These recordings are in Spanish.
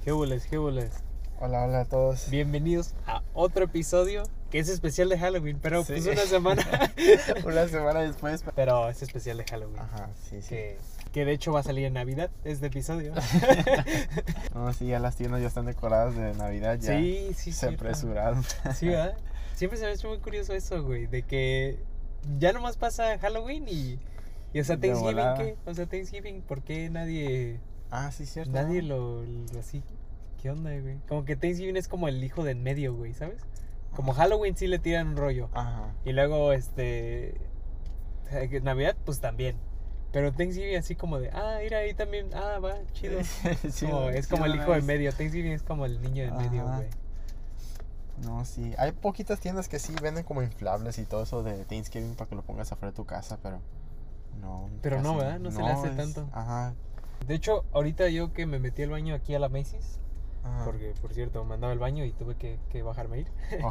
¿Qué hules, qué hules? Hola, hola a todos. Bienvenidos a otro episodio que es especial de Halloween, pero Sí. pues una semana. Una semana después. Pero es especial de Halloween. Ajá, sí, sí. Que de hecho va a salir en Navidad este episodio. No, sí, ya las tiendas ya están decoradas de Navidad. Ya Sí, se cierto. apresuraron. Sí, ¿verdad? Siempre se me ha hecho muy curioso eso, güey, de que ya nomás pasa Halloween y o sea, De Thanksgiving, volada. ¿qué? O sea, Thanksgiving, ¿por qué nadie Sí, cierto. nadie ¿no? lo así? ¿Qué onda, güey? Como que Thanksgiving es como el hijo de en medio, güey, ¿sabes? Como Halloween sí le tiran un rollo. Ajá. Y luego, Navidad, pues también. Pero Thanksgiving así como de, mira, ahí también, va, chido. Es como el hijo de medio. Thanksgiving es como el niño de medio, Ajá. güey. No, sí. Hay poquitas tiendas que sí venden como inflables y todo eso de Thanksgiving para que lo pongas afuera de tu casa, pero no. Pero no, casi ¿verdad? No se le hace tanto. Ajá. De hecho, ahorita yo que me metí al baño aquí a la Macy's, Ajá. porque, por cierto, me andaba al baño y tuve que bajarme a ir. Oh.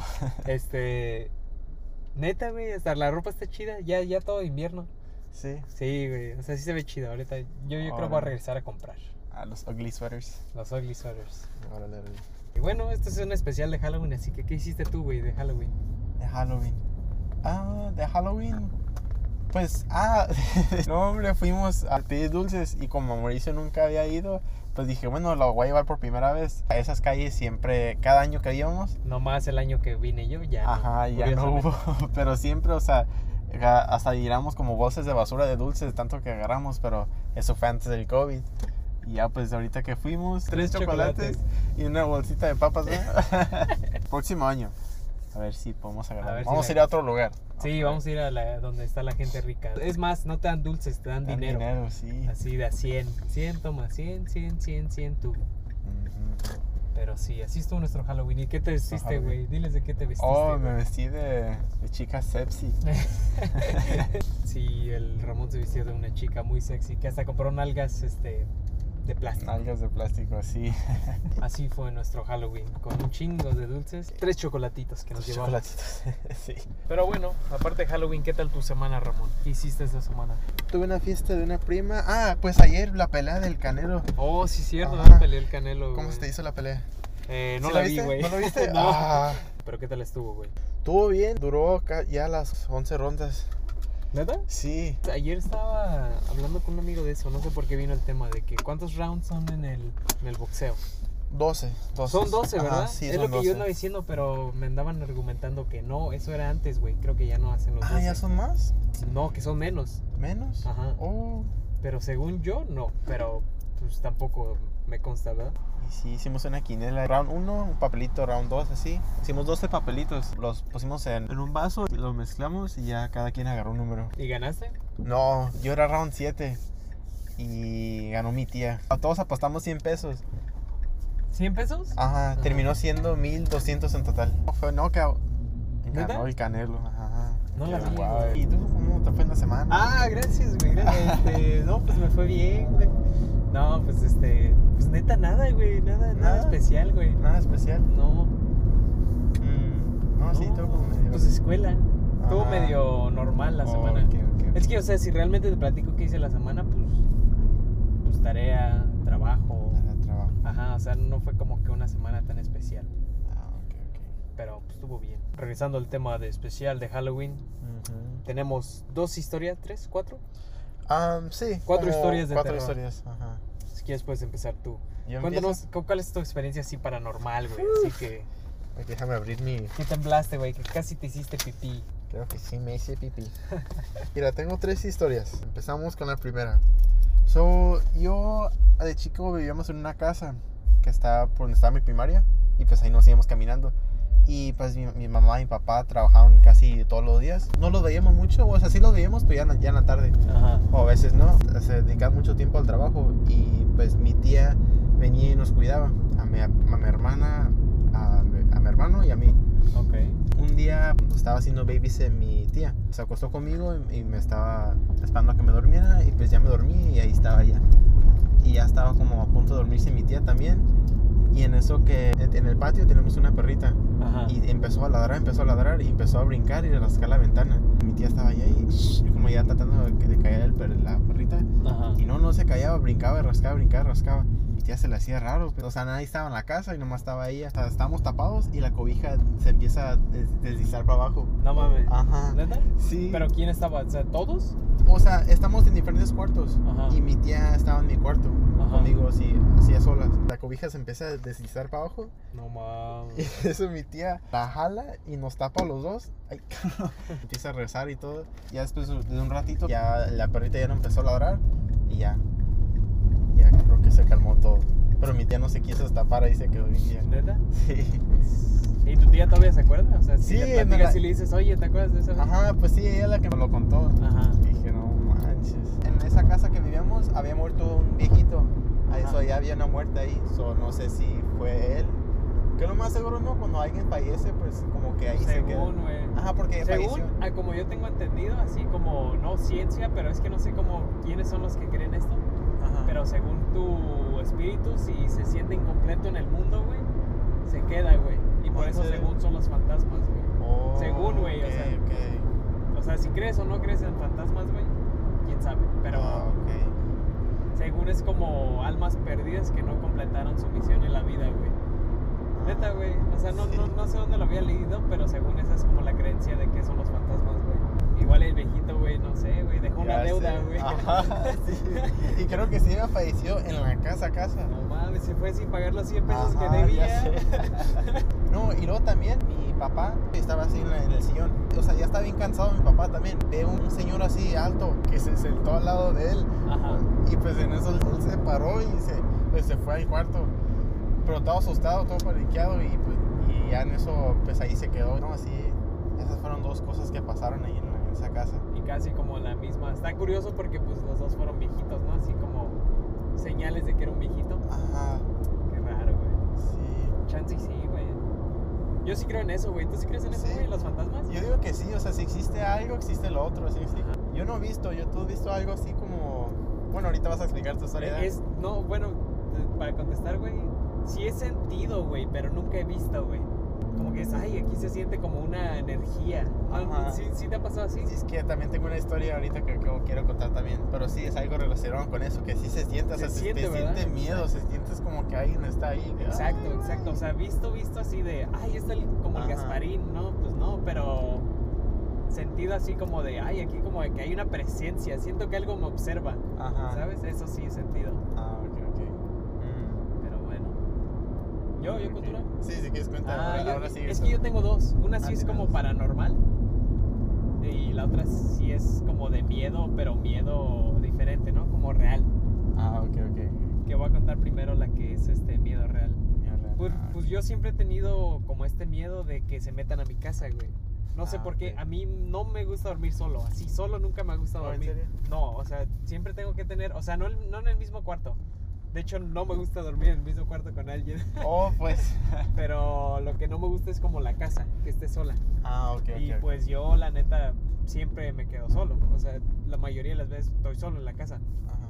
Neta, güey, hasta la ropa está chida, ya todo invierno. Sí. Sí, güey, o sea, sí se ve chido. Ahorita yo creo que voy a regresar a comprar Los ugly sweaters. los ugly sweaters. Órale, órale. Y bueno, este es un especial de Halloween, así que ¿qué hiciste tú, güey, de Halloween? De Halloween. De Halloween. Pues, no, hombre, fuimos a pedir dulces y como Mauricio nunca había ido, pues dije, bueno, lo voy a llevar por primera vez. A esas calles siempre, cada año que íbamos. Nomás el año que vine yo, ya Ajá, ya no hubo, pero siempre, o sea, hasta tiramos como bolsas de basura de dulces, tanto que agarramos, pero eso fue antes del COVID. Y ya pues ahorita que fuimos, 3 chocolates y una bolsita de papas, ¿no? Próximo año. A ver si podemos agarrar. Vamos a ir a otro lugar. Sí, vamos a ir a donde está la gente rica. Es más, no te dan dulces, te dan dinero. Dinero, sí. Así de a 100. 100, toma, 100, 100, 100, 100 tú. Pero sí, así estuvo nuestro Halloween. ¿Y qué te vestiste, güey? Diles de qué te vestiste. Me vestí de chica sexy. Sí, el Ramón se vistió de una chica muy sexy que hasta compró nalgas de plástico. Nalgas de plástico, sí. Así fue nuestro Halloween, con un chingo de dulces. 3 chocolatitos que nos llevamos. Chocolatitos, sí. Pero bueno, aparte de Halloween, ¿qué tal tu semana, Ramón? ¿Qué hiciste esta semana? Tuve una fiesta de una prima. Pues ayer la pelea del Canelo. Oh, sí, cierto, Ajá. peleé el Canelo. ¿Cómo güey. se te hizo la pelea? No ¿Sí la vi, viste? güey. ¿No lo viste? No. Pero ¿qué tal estuvo, güey? Estuvo bien, duró ya las 11 rondas. ¿Neta? Sí. Ayer estaba hablando con un amigo de eso, no sé por qué vino el tema de que ¿cuántos rounds son en el boxeo? 12. Son 12, ¿verdad? Ajá, sí, es son lo que 12. yo andaba diciendo, pero me andaban argumentando que no, eso era antes, güey. Creo que ya no hacen los 12. ¿Ya son más? No, que son menos. ¿Menos? Ajá. Oh. Pero según yo, no. Pero pues tampoco me consta, ¿verdad? Y sí, hicimos una quinela. Round 1, un papelito, round 2, así. Hicimos 12 papelitos. Los pusimos en un vaso, los mezclamos y ya cada quien agarró un número. ¿Y ganaste? No, yo era round 7 y ganó mi tía. A todos apostamos 100 pesos. ¿100 pesos? Ajá, terminó siendo 1200 en total. Fue knockout. ¿Neta? Ganó el Canelo. Ajá. No la Qué vi, guau. güey. ¿Y tú cómo te fue en la semana? Gracias, güey, gracias. No, pues me fue bien, güey. No, pues pues neta nada, güey, nada especial, güey. Nada especial. No. No, sí, todo como medio. Pues escuela. Estuvo Ajá. medio normal la semana. Ok. Es que, o sea, si realmente te platico qué hice la semana, pues tarea, trabajo. Trabajo. Ajá, o sea, no fue como que una semana tan especial. Ok. Pero pues estuvo bien. Regresando al tema de especial de Halloween, tenemos 2 historias, 3, 4. Sí. 4 como historias de 4 terror. historias, ajá. Si quieres puedes empezar tú. ¿Yo Cuéntanos, ¿cuál es tu experiencia así paranormal, güey? Así que... Déjame abrir mi... ¿Qué temblaste, güey? Que casi te hiciste pipí. Creo que sí me hice pipí. Mira, tengo 3 historias. Empezamos con la primera. Yo de chico vivíamos en una casa que está por donde estaba mi primaria. Y pues ahí nos íbamos caminando. Y pues mi mamá y mi papá trabajaban casi todos los días. No los veíamos mucho, o sea, sí los veíamos, pero ya en la tarde. Ajá. O a veces no. Se dedicaban mucho tiempo al trabajo. Y pues mi tía venía y nos cuidaba. A mi hermana, a mi hermano y a mí. Ok. Un día estaba haciendo babysit mi tía. Se acostó conmigo y me estaba esperando a que me durmiera. Y pues ya me dormí y ahí estaba ella. Y ya estaba como a punto de dormirse mi tía también. Y en eso que en el patio tenemos una perrita. Ajá. Y empezó a ladrar y empezó a brincar y a rascar la ventana. Mi tía estaba allá y como ya tratando de caer la perrita. Ajá. Y no se callaba, brincaba y rascaba. mi tía se le hacía raro. O sea, nadie estaba en la casa y nomás estaba ella. O sea, estábamos tapados y la cobija se empieza a deslizar para abajo. No mames. Ajá. ¿Neta? Sí. ¿Pero quién estaba? O sea, ¿todos? O sea, estamos en diferentes cuartos. Ajá. Y mi tía estaba en mi cuarto. Ajá. Conmigo, así a solas. La cobija se empieza a deslizar para abajo. No mames. Y eso mi tía la jala y nos tapa a los dos. Ay, empieza a rezar y todo. Ya después de un ratito, ya la perrita ya no empezó a ladrar. Y ya creo que se calmó todo. Pero mi tía no se quiso destapar, ahí se quedó bien. ¿Neta? Sí. ¿Y tu tía todavía se acuerda? O sea, si Sí, le platicas y le dices, oye, ¿te acuerdas de esa vez? Ajá, pues sí, ella es la que me lo contó. Ajá. Y dije, no manches. En esa casa que vivíamos había muerto un viejito. A eso Ajá. ya había una muerte ahí. So, no sé si fue él. Que lo más seguro no, cuando alguien fallece, pues como que ahí se queda. Según, güey. Ajá, porque Según, falleció. como yo tengo entendido, así como, no ciencia, pero es que no sé cómo, quiénes son los que creen esto. Ajá. Pero según tu espíritu, si se siente incompleto en el mundo, güey, se queda, güey. Y por ¿En eso serio? según son los fantasmas, güey. Oh, según, güey, ok, o sea. ok. O sea, si crees o no crees en fantasmas, güey, quién sabe. Pero Ah, ok. según es como almas perdidas que no completaron su misión en la vida, güey. Neta, güey. O sea, no, Sí. no sé dónde lo había leído, pero según esa es como la creencia de que son los fantasmas, güey. Igual el viejito, güey, no sé, güey, dejó una Ya deuda, sé. güey. Ajá, sí. Y creo que sí me falleció en la casa. No mames, se fue sin pagar los 100 pesos Ajá, que debía. ya sé. No, y luego también mi papá estaba así en el sillón. O sea, ya estaba bien cansado mi papá también. Ve un señor así alto que se sentó al lado de él. Ajá. Y pues en eso él se paró y se fue al cuarto. Pero todo asustado, todo paniqueado y ya en eso pues ahí se quedó. No, así, esas fueron dos cosas que pasaron ahí en esa casa. Y casi como la misma. Está curioso porque pues los dos fueron viejitos, ¿no? Así como señales de que era un viejito. Ajá, Qué raro, güey. sí. Chance y sí, güey. Yo sí creo en eso, güey. ¿Tú sí crees en eso, Sí. güey? ¿Los fantasmas? Yo digo que sí, o sea, si existe algo, existe lo otro, así, sí. Ajá. Yo no he visto, tú has visto algo así como... Bueno, ahorita vas a explicar tu historia. ¿verdad? No, bueno, para contestar, güey, sí he sentido, güey, pero nunca he visto, güey. Como que es, ay, aquí se siente como una energía. Ajá. ¿Sí te ha pasado así? Sí, es que también tengo una historia ahorita que quiero contar también, pero sí, es algo relacionado con eso, que sí se siente, o sea, Se siente, te ¿verdad? siente miedo, se sientes como que alguien está ahí. Exacto, exacto. O sea, visto así de, ay, está como el Ajá. Gasparín, ¿no? Pues no, pero sentido así como de, ay, aquí como de que hay una presencia, siento que algo me observa, Ajá. ¿sabes? Eso sí he sentido, Ah, ok. pero bueno. ¿Yo Ok. cultura? Sí, sí, quieres contar. Ah, ahora sí. es que yo tengo dos. Una sí es tienes como dos. paranormal y la otra sí es como de miedo, pero miedo diferente, ¿no? Como real. Ah, ok. Que voy a contar primero la que es miedo real. Pues, Ah, pues yo siempre he tenido como este miedo de que se metan a mi casa, güey. No sé Ah, por qué. ok. A mí no me gusta dormir solo. Así solo nunca me ha gustado ¿Oh, en dormir. serio? No, o sea, siempre tengo que tener, o sea, no en el mismo cuarto. De hecho, no me gusta dormir en el mismo cuarto con alguien. Oh, pues. Pero lo que no me gusta es como la casa, que esté sola. Ah, ok. Y pues yo, la neta, siempre me quedo solo. O sea, la mayoría de las veces estoy solo en la casa. Ajá.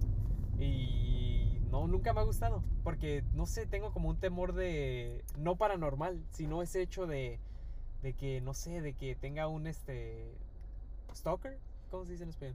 Y no, nunca me ha gustado. Porque, no sé, tengo como un temor de... No paranormal, sino ese hecho de que, no sé, de que tenga un, stalker. ¿Cómo se dice en español?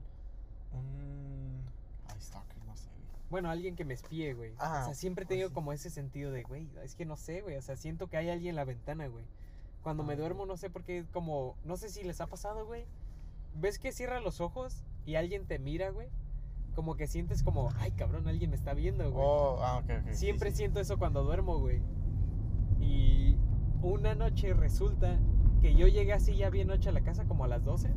Ay, stalker, no sé, güey. Bueno, alguien que me espíe, güey. Ah, O sea, siempre he pues tenido sí. como ese sentido de, güey, es que no sé, güey. O sea, siento que hay alguien en la ventana, güey. Cuando me Ah. duermo, no sé por qué, como... No sé si les ha pasado, güey. ¿Ves que cierras los ojos y alguien te mira, güey? Como que sientes como, ay, cabrón, alguien me está viendo, güey. Oh, ok. Siempre Sí, sí. siento eso cuando duermo, güey. Y una noche resulta que yo llegué así ya bien noche a la casa, como a las 12.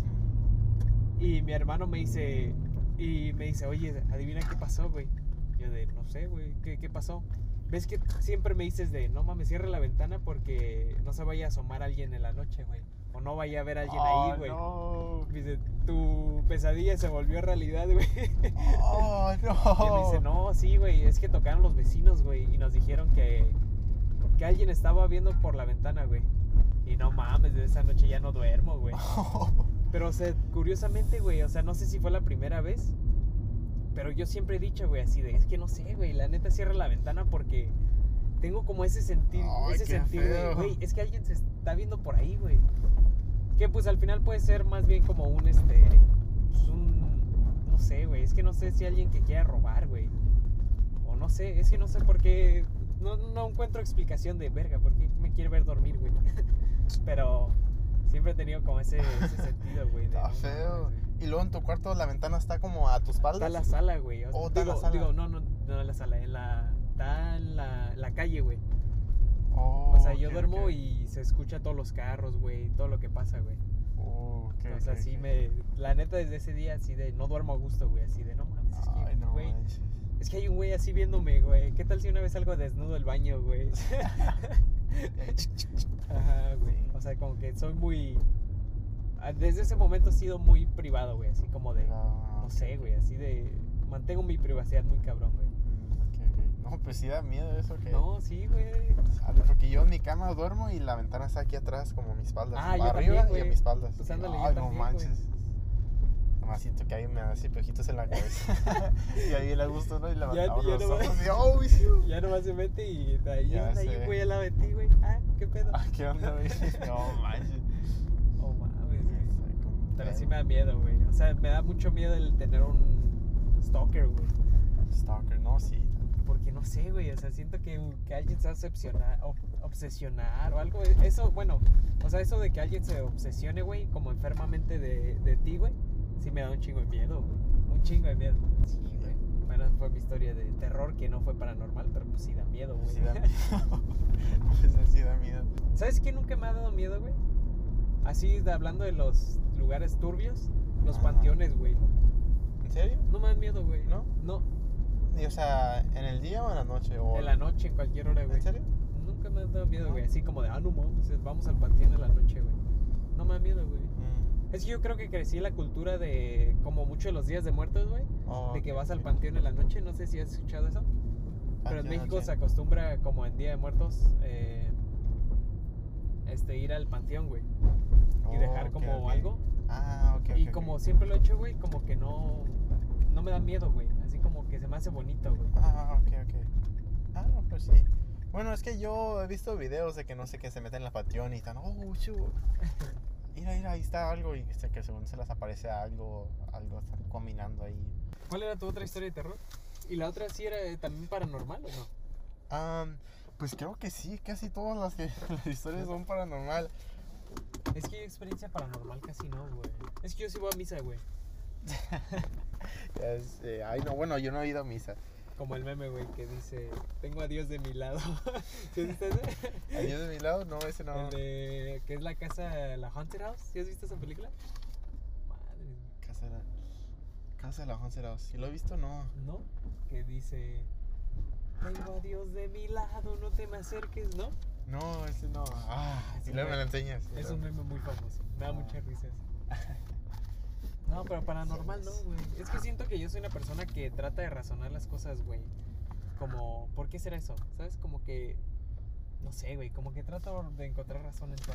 Y mi hermano me dice, oye, adivina qué pasó, güey. Yo de, no sé, güey, ¿qué pasó? ¿Ves que siempre me dices de, no mames, cierra la ventana porque no se vaya a asomar alguien en la noche, güey? O no vaya a haber alguien ahí, güey. No. Me dice, tu pesadilla se volvió realidad, güey. Oh, no. Y me dice, no, sí, güey, es que tocaron los vecinos, güey, y nos dijeron que alguien estaba viendo por la ventana, güey. Y no mames, de esa noche ya no duermo, güey. Pero, o sea, curiosamente, güey, o sea, no sé si fue la primera vez, pero yo siempre he dicho, güey, así de, es que no sé, güey, la neta cierra la ventana porque tengo como ese sentir, Ay, ese qué sentir de, feo. güey, es que alguien se está viendo por ahí, güey. Que pues al final puede ser más bien como un, pues no sé, güey, es que no sé si alguien que quiera robar, güey. O no sé, es que no sé por qué. No encuentro explicación de verga, ¿por qué me quiere ver dormir, güey? Pero siempre he tenido como ese sentido, güey. Está feo. Y luego en tu cuarto la ventana está como a tus espaldas. Está en la sala, güey. Oh, está en la sala. Digo, no en la sala, está en la calle, güey. Oh, O sea, yo ok, duermo ok. y se escucha todos los carros, güey, todo lo que pasa, güey. Ok, O sea, ok, sí ok. la neta desde ese día así de no duermo a gusto, güey, así de no mames, es Ay, que, no güey, manches. es que hay un güey así viéndome, güey. ¿Qué tal si una vez salgo desnudo del baño, güey? Ajá, güey. O sea, como que soy muy... Desde ese momento he sido muy privado, güey. Así como de... No sé, güey. Así de... Mantengo mi privacidad muy cabrón, güey. Ok. No, pues sí da miedo eso que... No, sí, güey. Sale, porque yo en mi cama duermo y la ventana está aquí atrás, como a mi espalda. Ah, yo arriba también, y güey. a mi espalda. Pues ándale, yo ay, también, no manches. Nomás siento que ahí me da así pejitos en la cabeza. Y ahí le gusta, ¿no? Y levantamos ya los no ojos va- y oh, sí. Ya nomás se mete y de ahí, Ya anda ahí sé. un güey al lado de ti, güey. Ah, qué pedo. Ah, ¿qué onda, güey? No manches. Oh, mames, güey. Pero Pero sí me da miedo, güey. O sea, me da mucho miedo el tener un stalker, güey. Stalker, no, sí. Porque no sé, güey. O sea, siento que alguien se va a obsesionar o algo. Eso, bueno, o sea, eso de que alguien se obsesione, güey, como enfermamente de ti, güey, sí me da un chingo de miedo, güey. Un chingo de miedo. Sí, güey. Bueno, esa fue mi historia de terror que no fue paranormal, pero pues sí da miedo, güey. Sí da miedo. Pues sí da miedo. ¿Sabes qué nunca me ha dado miedo, güey? Así, hablando de los lugares turbios, los Ajá. panteones, güey. ¿En serio? No me dan miedo, güey. ¿No? No, Y, o sea, ¿en el día o en la noche? O... en la noche, en cualquier hora, güey. ¿En serio? Nunca me ha dado miedo, ¿No? güey. Así como de, no mames, vamos al panteón en la noche, güey. No me da miedo, güey. Mm. Es que yo creo que crecí en la cultura de, como mucho de los días de muertos, güey. Oh, De que ok, vas al ok. panteón en la noche. No sé si has escuchado eso. Pero en Panteón México noche. se acostumbra, como en Día de Muertos, ir al panteón, güey. Y dejar ok, como ok. algo. Ah, ok, Y ok, como ok. siempre lo he hecho, güey, como que no me da miedo, güey. Así como que se me hace bonito, güey. Ah, ok, ok. Ah, no, pues sí. Bueno, es que yo he visto videos de que no sé qué se meten en la panteón y están, oh, chu. Mira, ahí está algo y que según se les aparece algo está combinando ahí. ¿Cuál era tu otra historia de terror? ¿Y la otra sí era también paranormal o no? Pues creo que sí, casi todas las historias son paranormal. Es que yo experiencia paranormal casi no, güey. Es que yo sí voy a misa, güey. Ay, no, bueno, yo no he ido a misa. Como el meme, güey, que dice, tengo a Dios de mi lado. ¿Sí has visto ese? ¿A Dios de mi lado? No, ese no. El de, que es la casa, la Haunted House. ¿Sí has visto esa película? Madre, Casa de la Haunted House. ¿Sí lo he visto? No. ¿no? Que dice, tengo a Dios de mi lado, no te me acerques, ¿no? No, ese no. Es Y un luego me lo meme- enseñas. Es un meme muy famoso. Me da mucha risa ese. No, pero paranormal no, güey. Es que siento que yo soy una persona que trata de razonar las cosas, güey. Como, ¿por qué será eso? ¿Sabes? Como que, no sé, güey. Como que trato de encontrar razón en todo.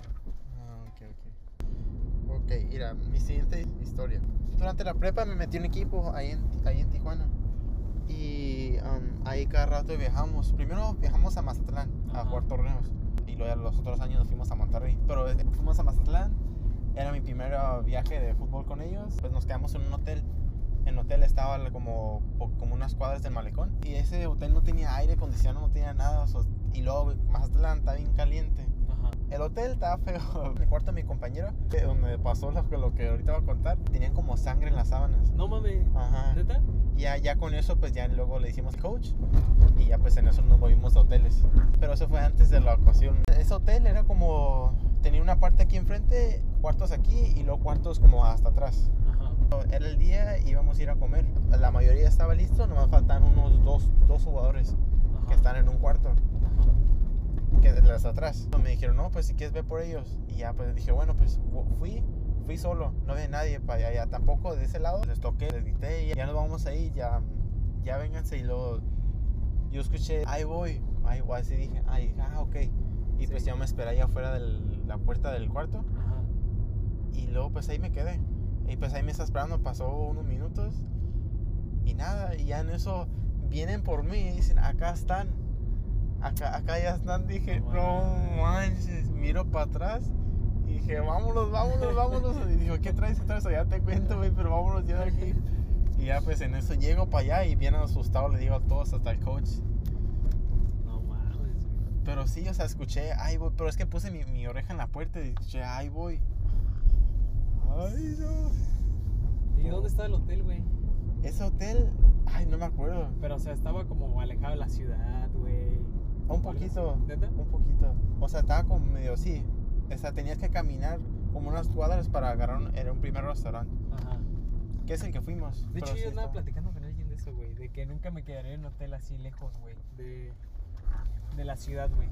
Ok. Ok, mira, mi siguiente historia. Durante la prepa me metí en un equipo ahí en Tijuana. Y ahí cada rato viajamos. Primero viajamos a Mazatlán a Ajá. jugar torneos. Y luego los otros años nos fuimos a Monterrey. Pero fuimos a Mazatlán. Era mi primer viaje de fútbol con ellos. Pues nos quedamos en un hotel. El hotel estaba como unas cuadras del malecón. Y ese hotel no tenía aire acondicionado, no tenía nada. Y luego Mazatlán está bien caliente. Ajá. El hotel estaba feo. En el cuarto de mi compañero, donde pasó lo que ahorita voy a contar, tenían como sangre en las sábanas. No mames. Ajá. ¿Neta? Y ya con eso, pues ya luego le hicimos coach. Y ya pues en eso nos movimos de hoteles. Pero eso fue antes de la ocasión. Ese hotel era como... Tenía una parte aquí enfrente, cuartos aquí y luego cuartos como hasta atrás. Ajá. Era el día, íbamos a ir a comer. La mayoría estaba listo, nomás faltan unos dos jugadores Ajá. que están en un cuarto. Ajá. Que las atrás. Me dijeron, no, pues si quieres ve por ellos. Y ya pues dije, bueno, pues fui solo, no había nadie para allá tampoco de ese lado. Les toqué, les grité y ya nos vamos ahí, ya vénganse. Y luego yo escuché, ahí voy, así dije, ok. Y pues Sí. ya me esperé allá afuera de la puerta del cuarto. Ajá. Y luego pues ahí me quedé. Y pues ahí me está esperando, pasó unos minutos. Y nada, y ya en eso vienen por mí y dicen, acá están. Acá ya están. Dije, no manches. Miro para atrás y dije, vámonos. Y dijo, ¿qué traes? Ya te cuento, güey, pero vámonos ya de aquí. Y ya pues en eso llego para allá y bien asustado le digo a todos, hasta el coach. No mames, güey. Pero sí, o sea, escuché, ay, voy. Pero es que puse mi oreja en la puerta y escuché, ay, voy. Ay, no. ¿Y dónde estaba el hotel, güey? Ese hotel, ay, no me acuerdo. Pero, o sea, estaba como alejado de la ciudad, güey. Un poquito. ¿Neta? Un poquito. O sea, estaba como medio, sí. O sea, tenías que caminar como unas cuadras para agarrar era un primer restaurante. Ajá. Que es el que fuimos. De hecho, pero yo sí andaba estaba. platicando con alguien de eso, güey. De que nunca me quedaría en un hotel así lejos, güey. De la ciudad, güey.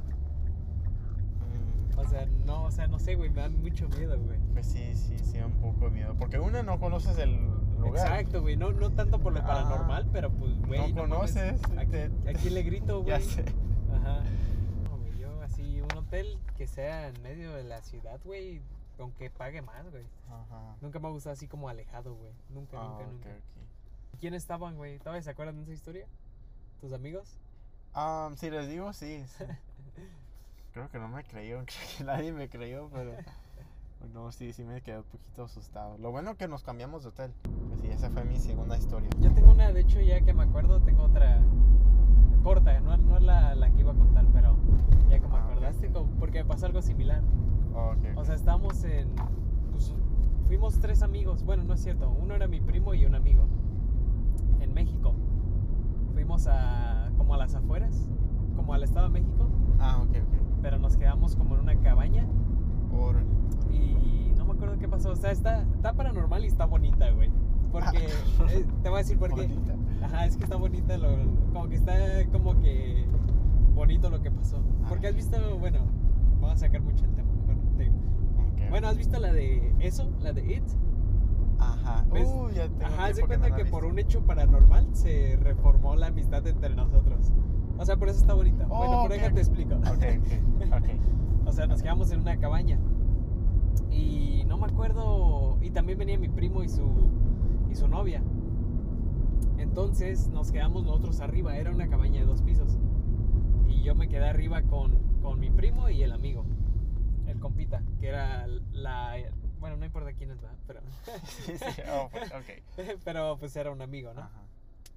O sea, no sé, güey. Me dan mucho miedo, güey. Pues sí, un poco de miedo. Porque una, no conoces el lugar. Exacto, güey. No tanto por lo Ajá. paranormal, pero pues, güey. No conoces. Aquí le grito, güey. Ya sé. Ajá. No, güey, yo así, un hotel que sea en medio de la ciudad, güey. Aunque pague más, güey. Ajá. Nunca me ha gustado así como alejado, güey. Nunca. Ok. ¿Quiénes estaban, güey? ¿Todavía se acuerdan de esa historia? ¿Tus amigos? Si les digo, sí. Creo que no me creyó, creo que nadie me creyó, pero no, sí me quedé un poquito asustado. Lo bueno que nos cambiamos de hotel. Pues sí, esa fue mi segunda historia. Yo tengo una, de hecho, ya que me acuerdo, tengo otra corta, no es la que iba a contar, pero ya que me acordaste, ok. porque me pasó algo similar. Okay. O sea, estábamos pues, fuimos 3 amigos, bueno, no es cierto, uno era mi primo y un amigo, en México. Fuimos como a las afueras, como al Estado de México, Ok. pero nos quedamos como en una cabaña. Órale. Y no me acuerdo qué pasó. O sea, está paranormal y está bonita, güey. Porque, te voy a decir por qué. Bonita. Ajá, es que está bonita, como que está como que bonito lo que pasó. Porque has visto, bueno, vamos a sacar mucho el tema, mejor te digo. Okay. Bueno, ¿has visto la de eso? La de It. Ajá. ¿Ves? Ya tengo Ajá, haz de tiempo cuenta no la que he por visto. un hecho paranormal se reformó la amistad entre nosotros. O sea, por eso está bonita. Bueno, por ok. déjate explico. Ok. O sea, nos quedamos en una cabaña. Y no me acuerdo. Y también venía mi primo y su novia. Entonces nos quedamos nosotros arriba. Era una cabaña de 2 pisos. Y yo me quedé arriba con mi primo y el amigo. El compita. Que era bueno, no importa quién es, ¿verdad? Pero, Sí. Ok. pero pues era un amigo, ¿no? Ajá.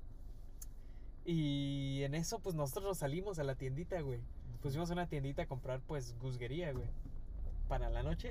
Y en eso, pues nosotros nos salimos a la tiendita, güey. Pues fuimos a una tiendita a comprar, pues, guzguería, güey, para la noche.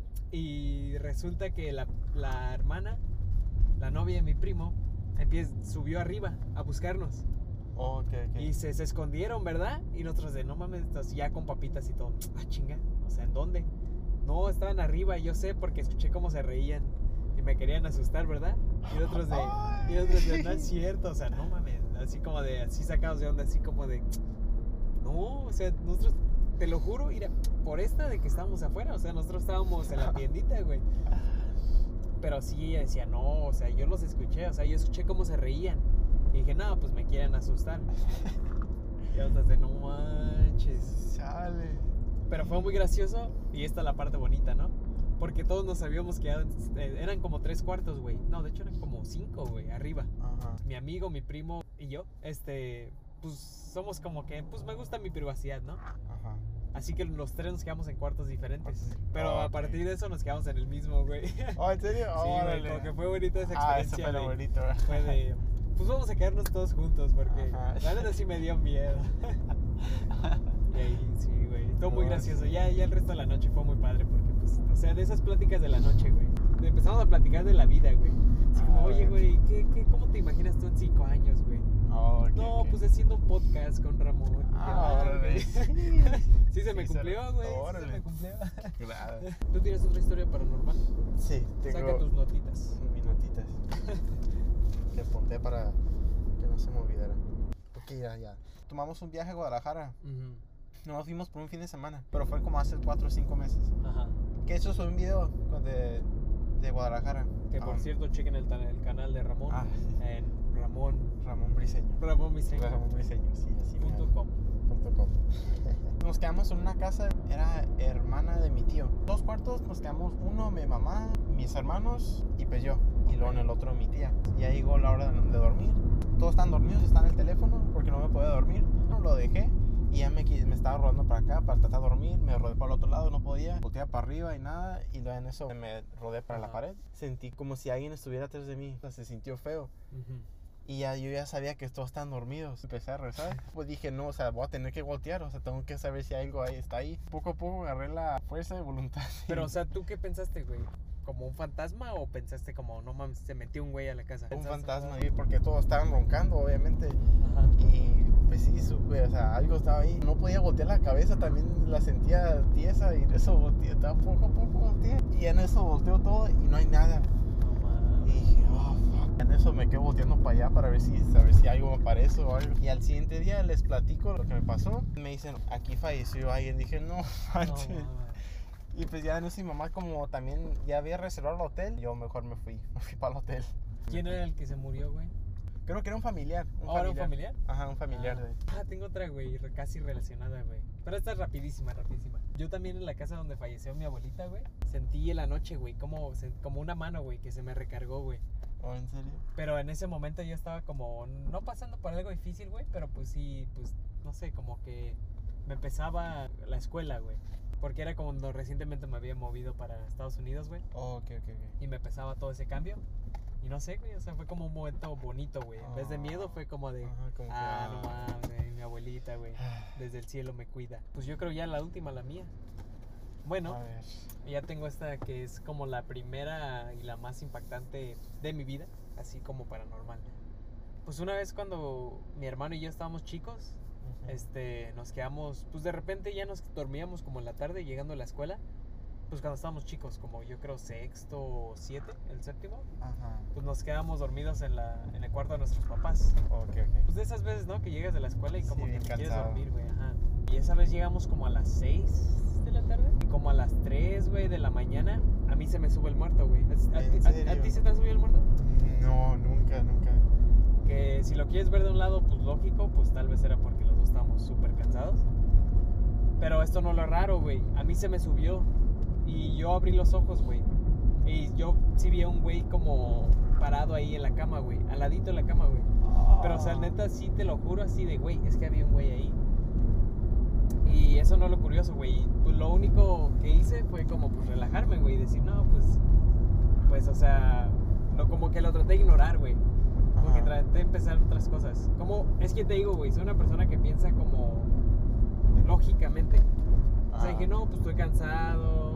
Y resulta que la hermana, la novia de mi primo, subió arriba a buscarnos. Ok. Y se escondieron, ¿verdad? Y nosotros de, no mames, ya con papitas y todo. Ah, chinga, o sea, ¿en dónde? No, estaban arriba, yo sé, porque escuché cómo se reían. Y me querían asustar, ¿verdad? Y nosotros de, no es cierto, o sea, no mames. Así como de, así sacados de onda, así como de, no, o sea, nosotros, te lo juro, mira, por esta de que estábamos afuera, o sea, nosotros estábamos en la tiendita, güey. Pero sí, ella decía, no, o sea, yo los escuché, o sea, yo escuché cómo se reían. Y dije, no, pues me quieren asustar. Y nosotros de, no manches. Sale. Pero fue muy gracioso y esta es la parte bonita, ¿no? Porque todos nos habíamos quedado, eran como 3 cuartos, güey. No, de hecho eran como 5, güey, arriba. Ajá. Mi amigo, mi primo y yo, pues somos como que, pues me gusta mi privacidad, ¿no? Ajá. Así que los 3 nos quedamos en cuartos diferentes. Pero Ah, a ok. partir de eso nos quedamos en el mismo, güey. Sí, ¿En serio? güey, como que fue bonita esa Eso experiencia. fue lo de- bonito. fue de, pues vamos a quedarnos todos juntos porque Ajá. la verdad sí me dio miedo. Y ahí, sí, güey, estuvo muy No, gracioso. sí. Ya el resto de la noche fue muy padre porque, pues, o sea, de esas pláticas de la noche, güey. Empezamos a platicar de la vida, güey. Así como, oye, güey, ¿cómo te imaginas tú en 5 años, güey? No, pues haciendo un podcast con Ramón. Y yo, órale. güey. Sí, se me Sí, cumplió, güey. Sí, se órale. me cumplió. Claro. ¿Tú tienes otra historia paranormal? Sí, Saca tengo tus notitas. mis notitas que apunté para que no se me olvidara. Ok, ya. Tomamos un viaje a Guadalajara. Ujú. Nos fuimos por un fin de semana, pero fue como hace 4 o 5 meses. Ajá. Que eso fue un video de Guadalajara. Que por cierto, chequen el canal de Ramón. En Ramón Briseño. Ramón Briseño. Ramón Briseño, sí, así me llamo. .com. .com. Nos quedamos en una casa, era hermana de mi tío. 2 cuartos, nos quedamos uno, mi mamá, mis hermanos y pues yo. Y luego en el otro mi tía. Y ahí llegó la hora de dormir. Todos están dormidos, están en el teléfono porque no me podía dormir. Lo dejé Y ya me estaba rodando para acá para tratar de dormir. Me rodé para el otro lado, no podía. Volteaba para arriba y nada. Y luego en eso me rodé para la pared. Sentí como si alguien estuviera atrás de mí. O sea, se sintió feo. Y ya, yo ya sabía que todos estaban dormidos. Empecé a rezar. Pues dije, no, o sea, voy a tener que voltear. O sea, tengo que saber si algo ahí está ahí. Poco a poco agarré la fuerza de voluntad. Pero, o sea, ¿tú qué pensaste, güey? ¿Como un fantasma o pensaste como, no mames, se metió un güey a la casa? Un fantasma, porque todos estaban roncando, obviamente. Ajá. Y pues sí, supe, o sea, algo estaba ahí. No podía voltear la cabeza, también la sentía tiesa y en eso volteé, estaba poco a poco volteé. Y en eso volteo todo y no hay nada. No mames. Y dije, oh, fuck. En eso me quedo volteando para allá para ver si algo me aparece o algo. Y al siguiente día les platico lo que me pasó. Me dicen, aquí falleció alguien. Dije, no, manches. No mames. Y pues ya en eso mi mamá como también ya había reservado el hotel, yo mejor me fui para el hotel. ¿Quién era el que se murió, güey? Creo que era un familiar. ¿Ahora un familiar? Ajá, un familiar. Tengo otra, güey, casi relacionada, güey. Pero esta es rapidísima. Yo también en la casa donde falleció mi abuelita, güey, sentí en la noche, güey, como una mano, güey, que se me recargó, güey. ¿Oh, en serio? Pero en ese momento yo estaba como, no pasando por algo difícil, güey, pero pues sí, pues, no sé, como que me empezaba la escuela, güey. Porque era cuando recientemente me había movido para Estados Unidos, güey. Oh, ok. Y me pesaba todo ese cambio. Y no sé, güey, o sea, fue como un momento bonito, güey. En vez de miedo fue como de, ajá, como no mames, mi abuelita, güey, desde el cielo me cuida. Pues yo creo ya la última, la mía. Bueno, a ver. ya tengo esta que es como la primera y la más impactante de mi vida, así como paranormal. Pues una vez cuando mi hermano y yo estábamos chicos, nos quedamos, pues de repente ya nos dormíamos como en la tarde llegando a la escuela. Pues cuando estábamos chicos, como yo creo sexto o el séptimo, pues nos quedamos dormidos en el cuarto de nuestros papás. Ok. Pues de esas veces, ¿no? Que llegas de la escuela y como Sí, que te quieres cansado. dormir, güey, ajá. Y esa vez llegamos como a las 6 de la tarde. Y como a las 3, güey, de la mañana, a mí se me sube el muerto, güey. ¿A ti se te ha subido el muerto? No, nunca. Que si lo quieres ver de un lado, pues lógico, pues tal vez era porque los dos estábamos súper cansados. Pero esto no es lo raro, güey. A mí se me subió y yo abrí los ojos, güey. Y yo sí vi a un güey como parado ahí en la cama, güey. Al ladito de la cama, güey. Pero, o sea, neta, sí te lo juro así de, güey, es que había un güey ahí. Y eso no es lo curioso, güey. Pues lo único que hice fue como, pues, relajarme, güey. Y decir, no, pues, o sea, no, como que lo traté de ignorar, güey. Porque traté de empezar otras cosas. Como, es que te digo, güey, soy una persona que piensa como lógicamente. O sea, dije, no, pues estoy cansado,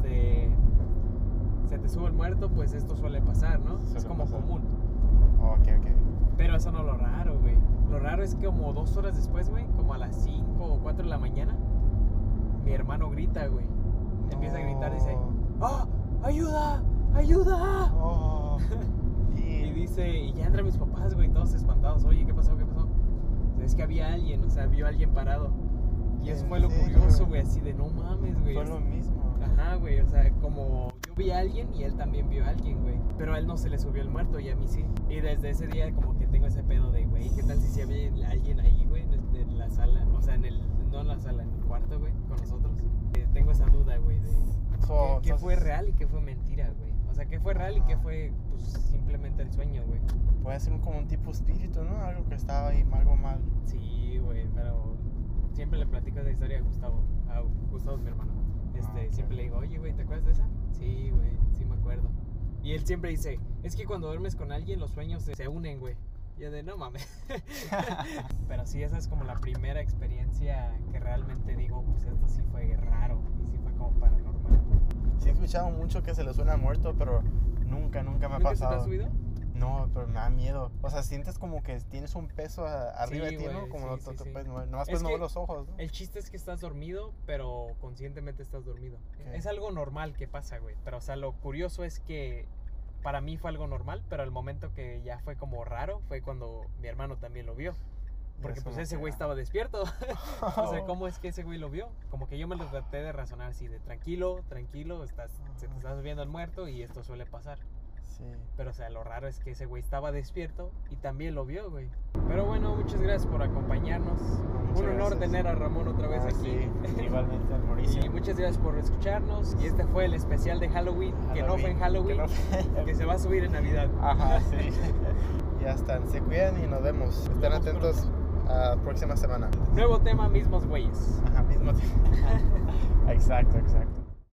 se te sube el muerto, pues esto suele pasar, ¿no? Es como común. Ok. Pero eso no es lo raro, güey. Lo raro es que como 2 horas después, güey, como a las 5 o 4 de la mañana, mi hermano grita, güey. Empieza a gritar y dice, ¡ah! ¡Ayuda! ¡Ayuda! Oh. Y dice, y ya entran mis papás, güey, todos espantados. Oye, ¿qué pasó? Es que había alguien, o sea, vio a alguien parado. Y eso fue lo curioso, güey, así de no mames, güey. Fue lo mismo. Ajá, güey, o sea, como yo vi a alguien y él también vio a alguien, güey. Pero a él no se le subió el muerto y a mí sí. Y desde ese día como que tengo ese pedo de, güey, ¿qué tal si había alguien ahí, güey, en la sala? O sea, no en la sala, en el cuarto, güey, con nosotros. Tengo esa duda, güey, de qué fue real y qué fue mentira, güey. O sea, qué fue real y qué fue, pues, simplemente el sueño, güey. Puede ser como un tipo espíritu, ¿no? Algo que estaba ahí, algo mal. Sí, güey, pero siempre le platico esa historia a Gustavo. Gustavo es mi hermano. Siempre le digo, oye, güey, ¿te acuerdas de esa? Sí, güey, sí me acuerdo. Y él siempre dice, es que cuando duermes con alguien los sueños se unen, güey. Y yo de, no mames. Pero sí, esa es como la primera experiencia que realmente digo, pues esto sí fue raro y sí fue como paranormal. Sí he escuchado mucho que se le suena muerto, pero nunca me ha pasado. ¿Se te ha subido? No, pero me da miedo. O sea, sientes como que tienes un peso arriba de ti, güey, ¿no? Como sí, no sí. puedes mover. Nomás puedes mover los ojos, ¿no? El chiste es que estás dormido, pero conscientemente estás dormido. Okay. Es algo normal que pasa, güey. Pero, o sea, lo curioso es que para mí fue algo normal, pero al momento que ya fue como raro fue cuando mi hermano también lo vio. Porque pues ese güey estaba despierto. O sea, ¿cómo es que ese güey lo vio? Como que yo me lo traté de razonar así de tranquilo, se te está subiendo el muerto y esto suele pasar. Sí. Pero, o sea, lo raro es que ese güey estaba despierto y también lo vio, güey. Pero bueno, muchas gracias por acompañarnos. Un honor tener a Ramón otra vez aquí. Sí, igualmente al Mauricio. Y muchas gracias por escucharnos. Y este fue el especial de Halloween, que no fue en Halloween, que se va a subir en Navidad. Ajá, sí. Ya están. Se cuidan y nos vemos. Estén atentos próxima semana. Nuevo tema, mismos güeyes. Ajá, mismo. Exacto, exacto.